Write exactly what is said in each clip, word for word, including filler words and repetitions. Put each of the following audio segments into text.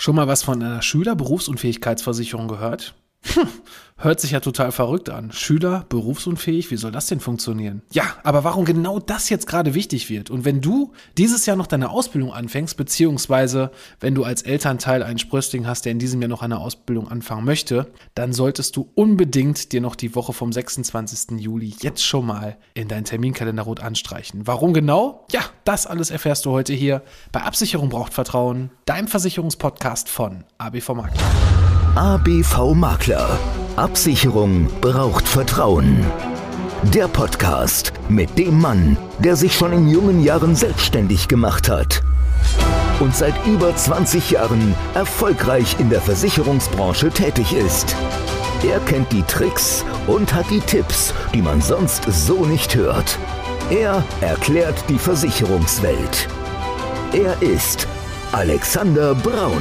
Schon mal was von einer Schüler-Berufsunfähigkeitsversicherung gehört? Hm, hört sich ja total verrückt an. Schüler, berufsunfähig, wie soll das denn funktionieren? Ja, aber warum genau das jetzt gerade wichtig wird und wenn du dieses Jahr noch deine Ausbildung anfängst, beziehungsweise wenn du als Elternteil einen Sprössling hast, der in diesem Jahr noch eine Ausbildung anfangen möchte, dann solltest du unbedingt dir noch die Woche vom sechsundzwanzigsten Juli jetzt schon mal in deinen Terminkalender rot anstreichen. Warum genau? Ja, das alles erfährst du heute hier bei Absicherung braucht Vertrauen, dein Versicherungspodcast von A B V Makler. A B V Makler. Absicherung braucht Vertrauen. Der Podcast mit dem Mann, der sich schon in jungen Jahren selbstständig gemacht hat und seit über zwanzig Jahren erfolgreich in der Versicherungsbranche tätig ist. Er kennt die Tricks und hat die Tipps, die man sonst so nicht hört. Er erklärt die Versicherungswelt. Er ist Alexander Braun.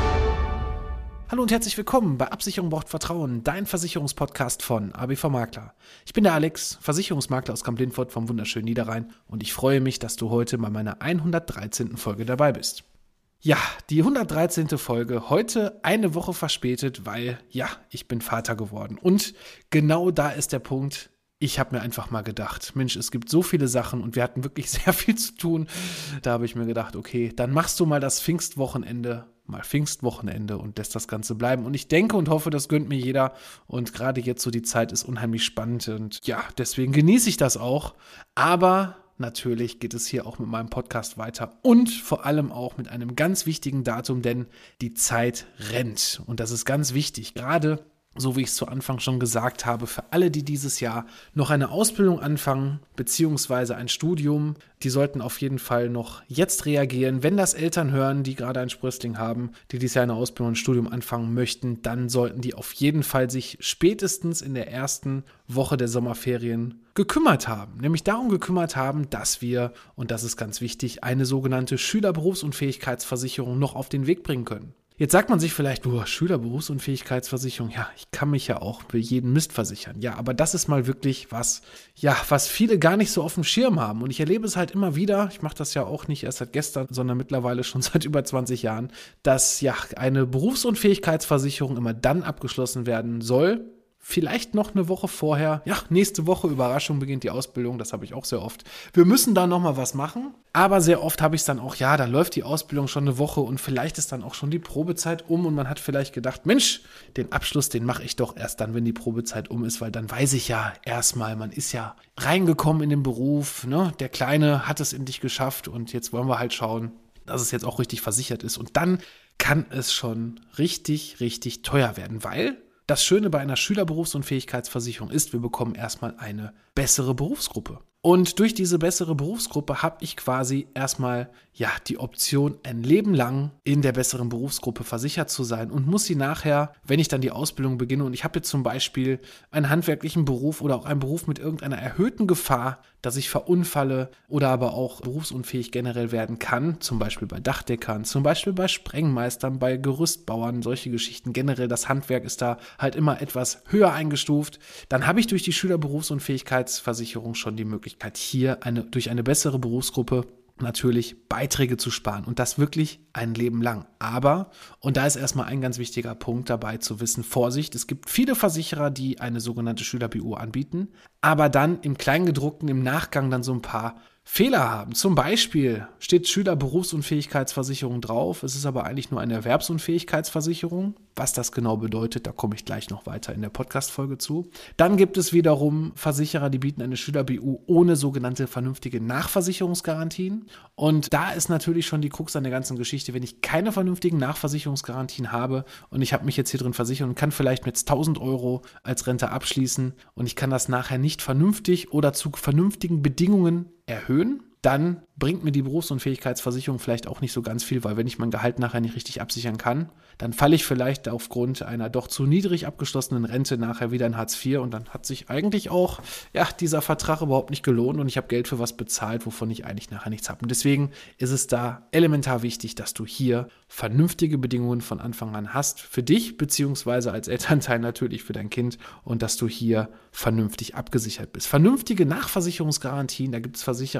Hallo und herzlich willkommen bei Absicherung braucht Vertrauen, dein Versicherungspodcast von A B V Makler. Ich bin der Alex, Versicherungsmakler aus Kamp-Lindfort vom wunderschönen Niederrhein und ich freue mich, dass du heute bei meiner hundertdreizehnten Folge dabei bist. Ja, die hundertdreizehnte Folge, heute eine Woche verspätet, weil, ja, ich bin Vater geworden. Und genau da ist der Punkt, ich habe mir einfach mal gedacht, Mensch, es gibt so viele Sachen und wir hatten wirklich sehr viel zu tun. Da habe ich mir gedacht, okay, dann machst du mal das Pfingstwochenende, mal Pfingstwochenende und lässt das Ganze bleiben. Und ich denke und hoffe, das gönnt mir jeder. Und gerade jetzt so die Zeit ist unheimlich spannend und ja, deswegen genieße ich das auch. Aber natürlich geht es hier auch mit meinem Podcast weiter und vor allem auch mit einem ganz wichtigen Datum, denn die Zeit rennt. Und das ist ganz wichtig, gerade so wie ich es zu Anfang schon gesagt habe, für alle, die dieses Jahr noch eine Ausbildung anfangen, beziehungsweise ein Studium, die sollten auf jeden Fall noch jetzt reagieren. Wenn das Eltern hören, die gerade ein Sprössling haben, die dieses Jahr eine Ausbildung und ein Studium anfangen möchten, dann sollten die auf jeden Fall sich spätestens in der ersten Woche der Sommerferien gekümmert haben. Nämlich darum gekümmert haben, dass wir, und das ist ganz wichtig, eine sogenannte Schülerberufsunfähigkeitsversicherung noch auf den Weg bringen können. Jetzt sagt man sich vielleicht, boah, Schülerberufsunfähigkeitsversicherung, ja, ich kann mich ja auch für jeden Mist versichern. Ja, aber das ist mal wirklich was, ja, was viele gar nicht so auf dem Schirm haben. Und ich erlebe es halt immer wieder, ich mache das ja auch nicht erst seit gestern, sondern mittlerweile schon seit über zwanzig Jahren, dass ja eine Berufsunfähigkeitsversicherung immer dann abgeschlossen werden soll, vielleicht noch eine Woche vorher, ja, nächste Woche, Überraschung, beginnt die Ausbildung, das habe ich auch sehr oft. Wir müssen da nochmal was machen, aber sehr oft habe ich es dann auch, ja, dann läuft die Ausbildung schon eine Woche und vielleicht ist dann auch schon die Probezeit um und man hat vielleicht gedacht, Mensch, den Abschluss, den mache ich doch erst dann, wenn die Probezeit um ist, weil dann weiß ich ja erstmal, man ist ja reingekommen in den Beruf, ne, der Kleine hat es endlich geschafft und jetzt wollen wir halt schauen, dass es jetzt auch richtig versichert ist und dann kann es schon richtig, richtig teuer werden, weil das Schöne bei einer Schülerberufsunfähigkeitsversicherung ist, wir bekommen erstmal eine bessere Berufsgruppe. Und durch diese bessere Berufsgruppe habe ich quasi erstmal ja die Option, ein Leben lang in der besseren Berufsgruppe versichert zu sein und muss sie nachher, wenn ich dann die Ausbildung beginne und ich habe jetzt zum Beispiel einen handwerklichen Beruf oder auch einen Beruf mit irgendeiner erhöhten Gefahr, dass ich verunfalle oder aber auch berufsunfähig generell werden kann, zum Beispiel bei Dachdeckern, zum Beispiel bei Sprengmeistern, bei Gerüstbauern, solche Geschichten. Generell das Handwerk ist da halt immer etwas höher eingestuft. Dann habe ich durch die Schülerberufsunfähigkeitsversicherung schon die Möglichkeit, hier eine, durch eine bessere Berufsgruppe natürlich Beiträge zu sparen und das wirklich ein Leben lang. Aber, und da ist erstmal ein ganz wichtiger Punkt dabei zu wissen, Vorsicht, es gibt viele Versicherer, die eine sogenannte Schüler-B U anbieten, aber dann im Kleingedruckten im Nachgang dann so ein paar Fehler haben. Zum Beispiel steht Schülerberufsunfähigkeitsversicherung drauf, es ist aber eigentlich nur eine Erwerbsunfähigkeitsversicherung. Was das genau bedeutet, da komme ich gleich noch weiter in der Podcast-Folge zu. Dann gibt es wiederum Versicherer, die bieten eine Schüler-B U ohne sogenannte vernünftige Nachversicherungsgarantien. Und da ist natürlich schon die Krux an der ganzen Geschichte, wenn ich keine vernünftigen Nachversicherungsgarantien habe und ich habe mich jetzt hier drin versichert und kann vielleicht mit tausend Euro als Rente abschließen und ich kann das nachher nicht vernünftig oder zu vernünftigen Bedingungen erhöhen, dann bringt mir die Berufsunfähigkeitsversicherung vielleicht auch nicht so ganz viel, weil wenn ich mein Gehalt nachher nicht richtig absichern kann, dann falle ich vielleicht aufgrund einer doch zu niedrig abgeschlossenen Rente nachher wieder in Hartz vier und dann hat sich eigentlich auch ja, dieser Vertrag überhaupt nicht gelohnt und ich habe Geld für was bezahlt, wovon ich eigentlich nachher nichts habe. Und deswegen ist es da elementar wichtig, dass du hier vernünftige Bedingungen von Anfang an hast für dich, beziehungsweise als Elternteil natürlich für dein Kind und dass du hier vernünftig abgesichert bist. Vernünftige Nachversicherungsgarantien, da gibt es Versicherer, die sagen,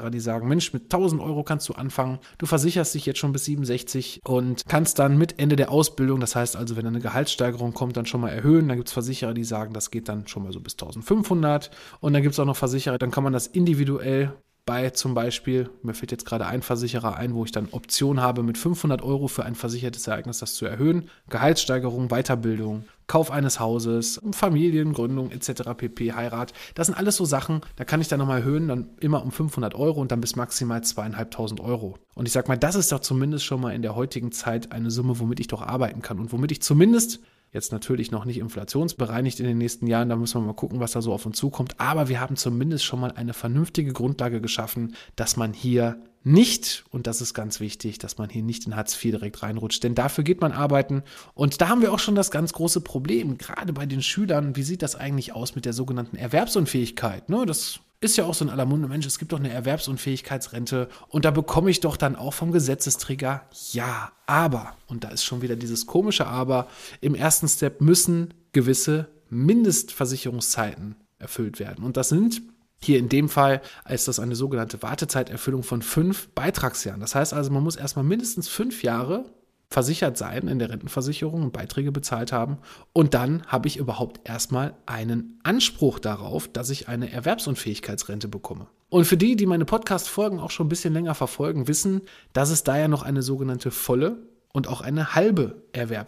Mensch, mit tausend Euro kannst du anfangen, du versicherst dich jetzt schon bis siebenundsechzig und kannst dann mit Ende der Ausbildung, das heißt also, wenn eine Gehaltssteigerung kommt, dann schon mal erhöhen. Dann gibt es Versicherer, die sagen, das geht dann schon mal so bis eintausendfünfhundert und dann gibt es auch noch Versicherer, dann kann man das individuell bei zum Beispiel, mir fällt jetzt gerade ein Versicherer ein, wo ich dann Option habe, mit fünfhundert Euro für ein versichertes Ereignis das zu erhöhen. Gehaltssteigerung, Weiterbildung, Kauf eines Hauses, Familiengründung et cetera pp, Heirat. Das sind alles so Sachen, da kann ich dann nochmal erhöhen, dann immer um fünfhundert Euro und dann bis maximal zweitausendfünfhundert Euro. Und ich sag mal, das ist doch zumindest schon mal in der heutigen Zeit eine Summe, womit ich doch arbeiten kann und womit ich zumindest jetzt natürlich noch nicht inflationsbereinigt in den nächsten Jahren, da müssen wir mal gucken, was da so auf uns zukommt. Aber wir haben zumindest schon mal eine vernünftige Grundlage geschaffen, dass man hier nicht, und das ist ganz wichtig, dass man hier nicht in Hartz vier direkt reinrutscht, denn dafür geht man arbeiten. Und da haben wir auch schon das ganz große Problem, gerade bei den Schülern, wie sieht das eigentlich aus mit der sogenannten Erwerbsunfähigkeit? Ne, das ist ja auch so in aller Munde, Mensch, es gibt doch eine Erwerbsunfähigkeitsrente und da bekomme ich doch dann auch vom Gesetzesträger, ja, aber, und da ist schon wieder dieses komische Aber, im ersten Step müssen gewisse Mindestversicherungszeiten erfüllt werden. Und das sind hier in dem Fall ist das eine sogenannte Wartezeiterfüllung von fünf Beitragsjahren. Das heißt also, man muss erstmal mindestens fünf Jahre versichert sein in der Rentenversicherung und Beiträge bezahlt haben. Und dann habe ich überhaupt erstmal einen Anspruch darauf, dass ich eine Erwerbsunfähigkeitsrente bekomme. Und für die, die meine Podcast-Folgen auch schon ein bisschen länger verfolgen, wissen, dass es da ja noch eine sogenannte volle und auch eine halbe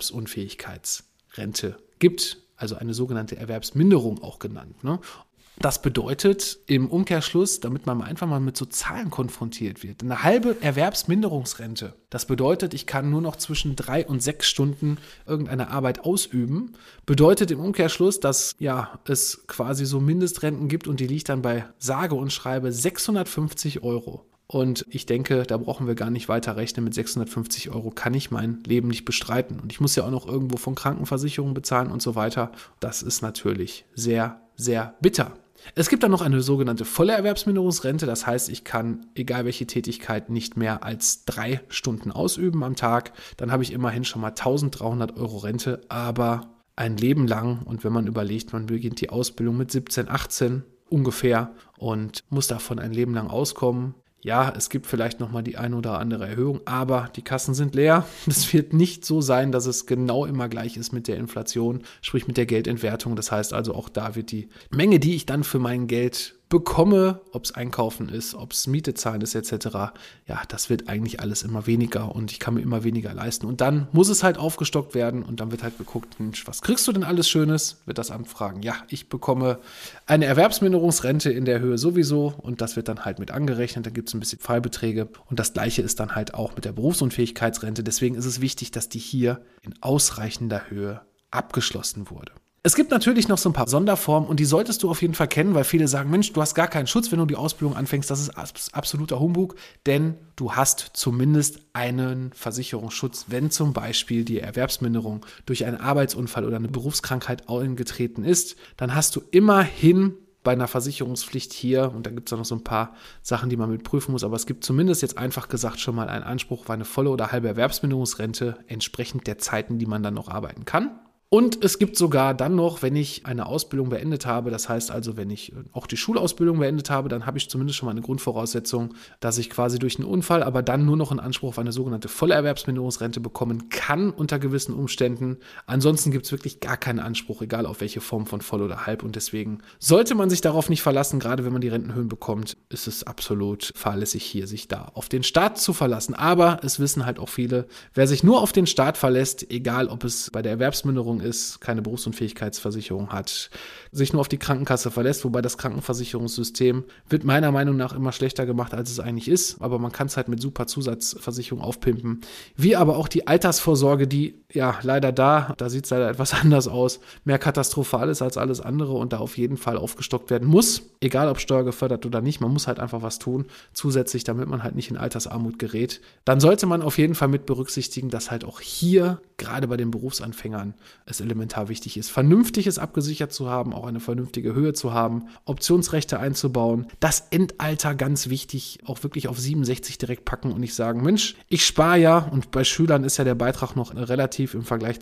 Erwerbsunfähigkeitsrente gibt. Also eine sogenannte Erwerbsminderung auch genannt, ne? Das bedeutet im Umkehrschluss, damit man einfach mal mit so Zahlen konfrontiert wird, eine halbe Erwerbsminderungsrente. Das bedeutet, ich kann nur noch zwischen drei und sechs Stunden irgendeine Arbeit ausüben. Bedeutet im Umkehrschluss, dass ja es quasi so Mindestrenten gibt und die liegt dann bei sage und schreibe sechshundertfünfzig Euro. Und ich denke, da brauchen wir gar nicht weiter rechnen. Mit sechshundertfünfzig Euro kann ich mein Leben nicht bestreiten. Und ich muss ja auch noch irgendwo von Krankenversicherung bezahlen und so weiter. Das ist natürlich sehr, sehr bitter. Es gibt dann noch eine sogenannte volle Erwerbsminderungsrente. Das heißt, ich kann, egal welche Tätigkeit, nicht mehr als drei Stunden ausüben am Tag. Dann habe ich immerhin schon mal eintausenddreihundert Euro Rente, aber ein Leben lang. Und wenn man überlegt, man beginnt die Ausbildung mit siebzehn, achtzehn ungefähr und muss davon ein Leben lang auskommen. Ja, es gibt vielleicht nochmal die eine oder andere Erhöhung, aber die Kassen sind leer. Es wird nicht so sein, dass es genau immer gleich ist mit der Inflation, sprich mit der Geldentwertung. Das heißt also, auch da wird die Menge, die ich dann für mein Geld bekomme, ob es Einkaufen ist, ob es Miete zahlen ist et cetera, ja, das wird eigentlich alles immer weniger und ich kann mir immer weniger leisten. Und dann muss es halt aufgestockt werden und dann wird halt geguckt, Mensch, was kriegst du denn alles Schönes? Wird das Amt fragen, ja, ich bekomme eine Erwerbsminderungsrente in der Höhe sowieso und das wird dann halt mit angerechnet, da gibt es ein bisschen Freibeträge und das Gleiche ist dann halt auch mit der Berufsunfähigkeitsrente. Deswegen ist es wichtig, dass die hier in ausreichender Höhe abgeschlossen wurde. Es gibt natürlich noch so ein paar Sonderformen und die solltest du auf jeden Fall kennen, weil viele sagen, Mensch, du hast gar keinen Schutz, wenn du die Ausbildung anfängst. Das ist absoluter Humbug, denn du hast zumindest einen Versicherungsschutz, wenn zum Beispiel die Erwerbsminderung durch einen Arbeitsunfall oder eine Berufskrankheit eingetreten ist. Dann hast du immerhin bei einer Versicherungspflicht hier, und da gibt es auch noch so ein paar Sachen, die man mit prüfen muss, aber es gibt zumindest jetzt einfach gesagt schon mal einen Anspruch auf eine volle oder halbe Erwerbsminderungsrente entsprechend der Zeiten, die man dann noch arbeiten kann. Und es gibt sogar dann noch, wenn ich eine Ausbildung beendet habe, das heißt also, wenn ich auch die Schulausbildung beendet habe, dann habe ich zumindest schon mal eine Grundvoraussetzung, dass ich quasi durch einen Unfall, aber dann nur noch einen Anspruch auf eine sogenannte volle Erwerbsminderungsrente bekommen kann unter gewissen Umständen. Ansonsten gibt es wirklich gar keinen Anspruch, egal auf welche Form von voll oder halb. Und deswegen sollte man sich darauf nicht verlassen, gerade wenn man die Rentenhöhen bekommt, ist es absolut fahrlässig hier, sich da auf den Staat zu verlassen. Aber es wissen halt auch viele, wer sich nur auf den Staat verlässt, egal ob es bei der Erwerbsminderung ist, keine Berufsunfähigkeitsversicherung hat, sich nur auf die Krankenkasse verlässt, wobei das Krankenversicherungssystem wird meiner Meinung nach immer schlechter gemacht, als es eigentlich ist, aber man kann es halt mit super Zusatzversicherung aufpimpen, wie aber auch die Altersvorsorge, die ja leider da, da sieht es leider etwas anders aus, mehr katastrophal ist als alles andere und da auf jeden Fall aufgestockt werden muss, egal ob steuergefördert oder nicht, man muss halt einfach was tun, zusätzlich, damit man halt nicht in Altersarmut gerät. Dann sollte man auf jeden Fall mit berücksichtigen, dass halt auch hier, gerade bei den Berufsanfängern, es elementar wichtig ist, Vernünftiges abgesichert zu haben, auch eine vernünftige Höhe zu haben, Optionsrechte einzubauen, das Endalter ganz wichtig, auch wirklich auf siebenundsechzig direkt packen und nicht sagen, Mensch, ich spare ja, und bei Schülern ist ja der Beitrag noch relativ im Vergleich zu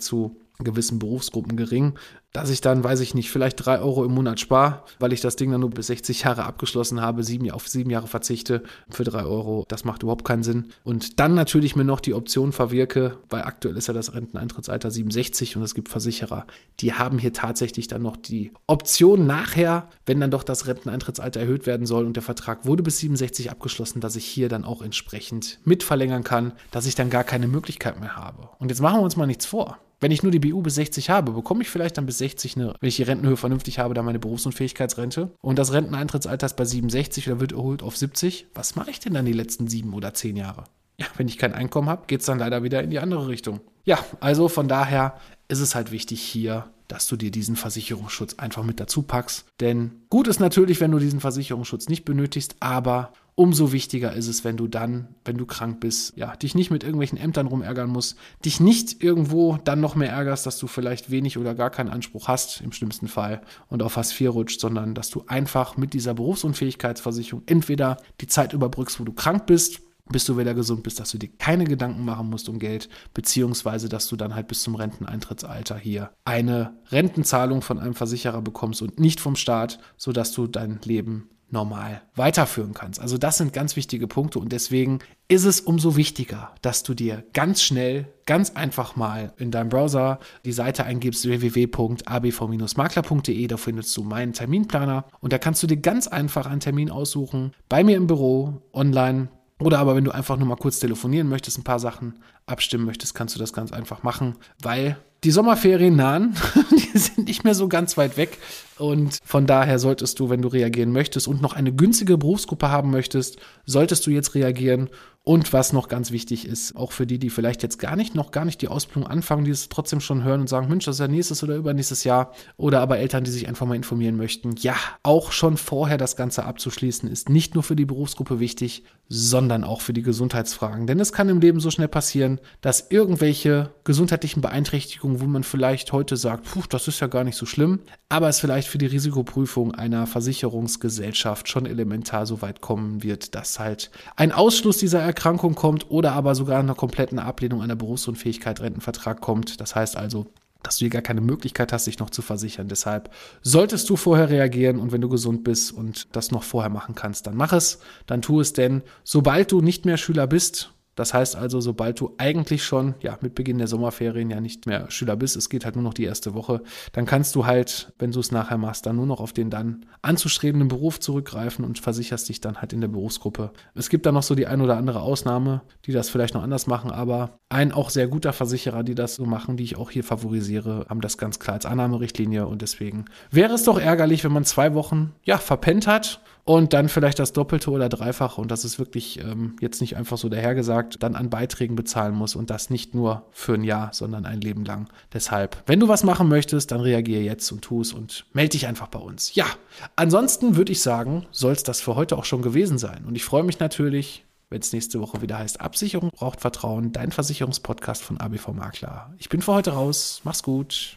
gewissen Berufsgruppen gering, dass ich dann, weiß ich nicht, vielleicht drei Euro im Monat spare, weil ich das Ding dann nur bis sechzig Jahre abgeschlossen habe, sieben, auf sieben Jahre verzichte für drei Euro. Das macht überhaupt keinen Sinn. Und dann natürlich mir noch die Option verwirke, weil aktuell ist ja das Renteneintrittsalter siebenundsechzig und es gibt Versicherer, die haben hier tatsächlich dann noch die Option nachher, wenn dann doch das Renteneintrittsalter erhöht werden soll und der Vertrag wurde bis siebenundsechzig abgeschlossen, dass ich hier dann auch entsprechend mitverlängern kann, dass ich dann gar keine Möglichkeit mehr habe. Und jetzt machen wir uns mal nichts vor. Wenn ich nur die B U bis sechzig habe, bekomme ich vielleicht dann bis sechzig, eine, wenn ich die Rentenhöhe vernünftig habe, dann meine Berufsunfähigkeitsrente. Und das Renteneintrittsalter ist bei siebenundsechzig oder wird erholt auf siebzig. Was mache ich denn dann die letzten sieben oder zehn Jahre? Ja, wenn ich kein Einkommen habe, geht es dann leider wieder in die andere Richtung. Ja, also von daher ist es halt wichtig hier, dass du dir diesen Versicherungsschutz einfach mit dazu packst. Denn gut ist natürlich, wenn du diesen Versicherungsschutz nicht benötigst, aber umso wichtiger ist es, wenn du dann, wenn du krank bist, ja, dich nicht mit irgendwelchen Ämtern rumärgern musst, dich nicht irgendwo dann noch mehr ärgerst, dass du vielleicht wenig oder gar keinen Anspruch hast, im schlimmsten Fall, und auf Hartz vier rutscht, sondern dass du einfach mit dieser Berufsunfähigkeitsversicherung entweder die Zeit überbrückst, wo du krank bist, bis du wieder gesund bist, dass du dir keine Gedanken machen musst um Geld, beziehungsweise dass du dann halt bis zum Renteneintrittsalter hier eine Rentenzahlung von einem Versicherer bekommst und nicht vom Staat, sodass du dein Leben normal weiterführen kannst. Also das sind ganz wichtige Punkte und deswegen ist es umso wichtiger, dass du dir ganz schnell, ganz einfach mal in deinem Browser die Seite eingibst, w w w punkt a b v makler punkt d e, da findest du meinen Terminplaner und da kannst du dir ganz einfach einen Termin aussuchen, bei mir im Büro, online. Oder aber wenn du einfach nur mal kurz telefonieren möchtest, ein paar Sachen abstimmen möchtest, kannst du das ganz einfach machen, weil die Sommerferien nahen, die sind nicht mehr so ganz weit weg und von daher solltest du, wenn du reagieren möchtest und noch eine günstige Berufsgruppe haben möchtest, solltest du jetzt reagieren. Und was noch ganz wichtig ist, auch für die, die vielleicht jetzt gar nicht, noch gar nicht die Ausbildung anfangen, die es trotzdem schon hören und sagen, Mensch, das ist ja nächstes oder übernächstes Jahr. Oder aber Eltern, die sich einfach mal informieren möchten. Ja, auch schon vorher das Ganze abzuschließen, ist nicht nur für die Berufsgruppe wichtig, sondern auch für die Gesundheitsfragen. Denn es kann im Leben so schnell passieren, dass irgendwelche gesundheitlichen Beeinträchtigungen, wo man vielleicht heute sagt, puh, das ist ja gar nicht so schlimm, aber es vielleicht für die Risikoprüfung einer Versicherungsgesellschaft schon elementar so weit kommen wird, dass halt ein Ausschluss dieser Erkrankung kommt oder aber sogar einer kompletten Ablehnung einer Berufsunfähigkeit Rentenvertrag kommt. Das heißt also, dass du hier gar keine Möglichkeit hast, dich noch zu versichern. Deshalb solltest du vorher reagieren und wenn du gesund bist und das noch vorher machen kannst, dann mach es, dann tu es, denn sobald du nicht mehr Schüler bist, das heißt also, sobald du eigentlich schon ja mit Beginn der Sommerferien ja nicht mehr Schüler bist, es geht halt nur noch die erste Woche, dann kannst du halt, wenn du es nachher machst, dann nur noch auf den dann anzustrebenden Beruf zurückgreifen und versicherst dich dann halt in der Berufsgruppe. Es gibt da noch so die ein oder andere Ausnahme, die das vielleicht noch anders machen, aber ein auch sehr guter Versicherer, die das so machen, die ich auch hier favorisiere, haben das ganz klar als Annahmerichtlinie und deswegen wäre es doch ärgerlich, wenn man zwei Wochen ja verpennt hat und dann vielleicht das Doppelte oder Dreifache und das ist wirklich ähm, jetzt nicht einfach so dahergesagt, dann an Beiträgen bezahlen muss und das nicht nur für ein Jahr, sondern ein Leben lang. Deshalb, wenn du was machen möchtest, dann reagiere jetzt und tu es und melde dich einfach bei uns. Ja, ansonsten würde ich sagen, soll es das für heute auch schon gewesen sein und ich freue mich natürlich, wenn es nächste Woche wieder heißt, Absicherung braucht Vertrauen, dein Versicherungspodcast von A B V Makler. Ich bin für heute raus, mach's gut.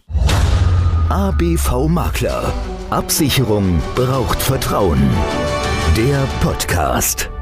A B V Makler. Absicherung braucht Vertrauen. Der Podcast.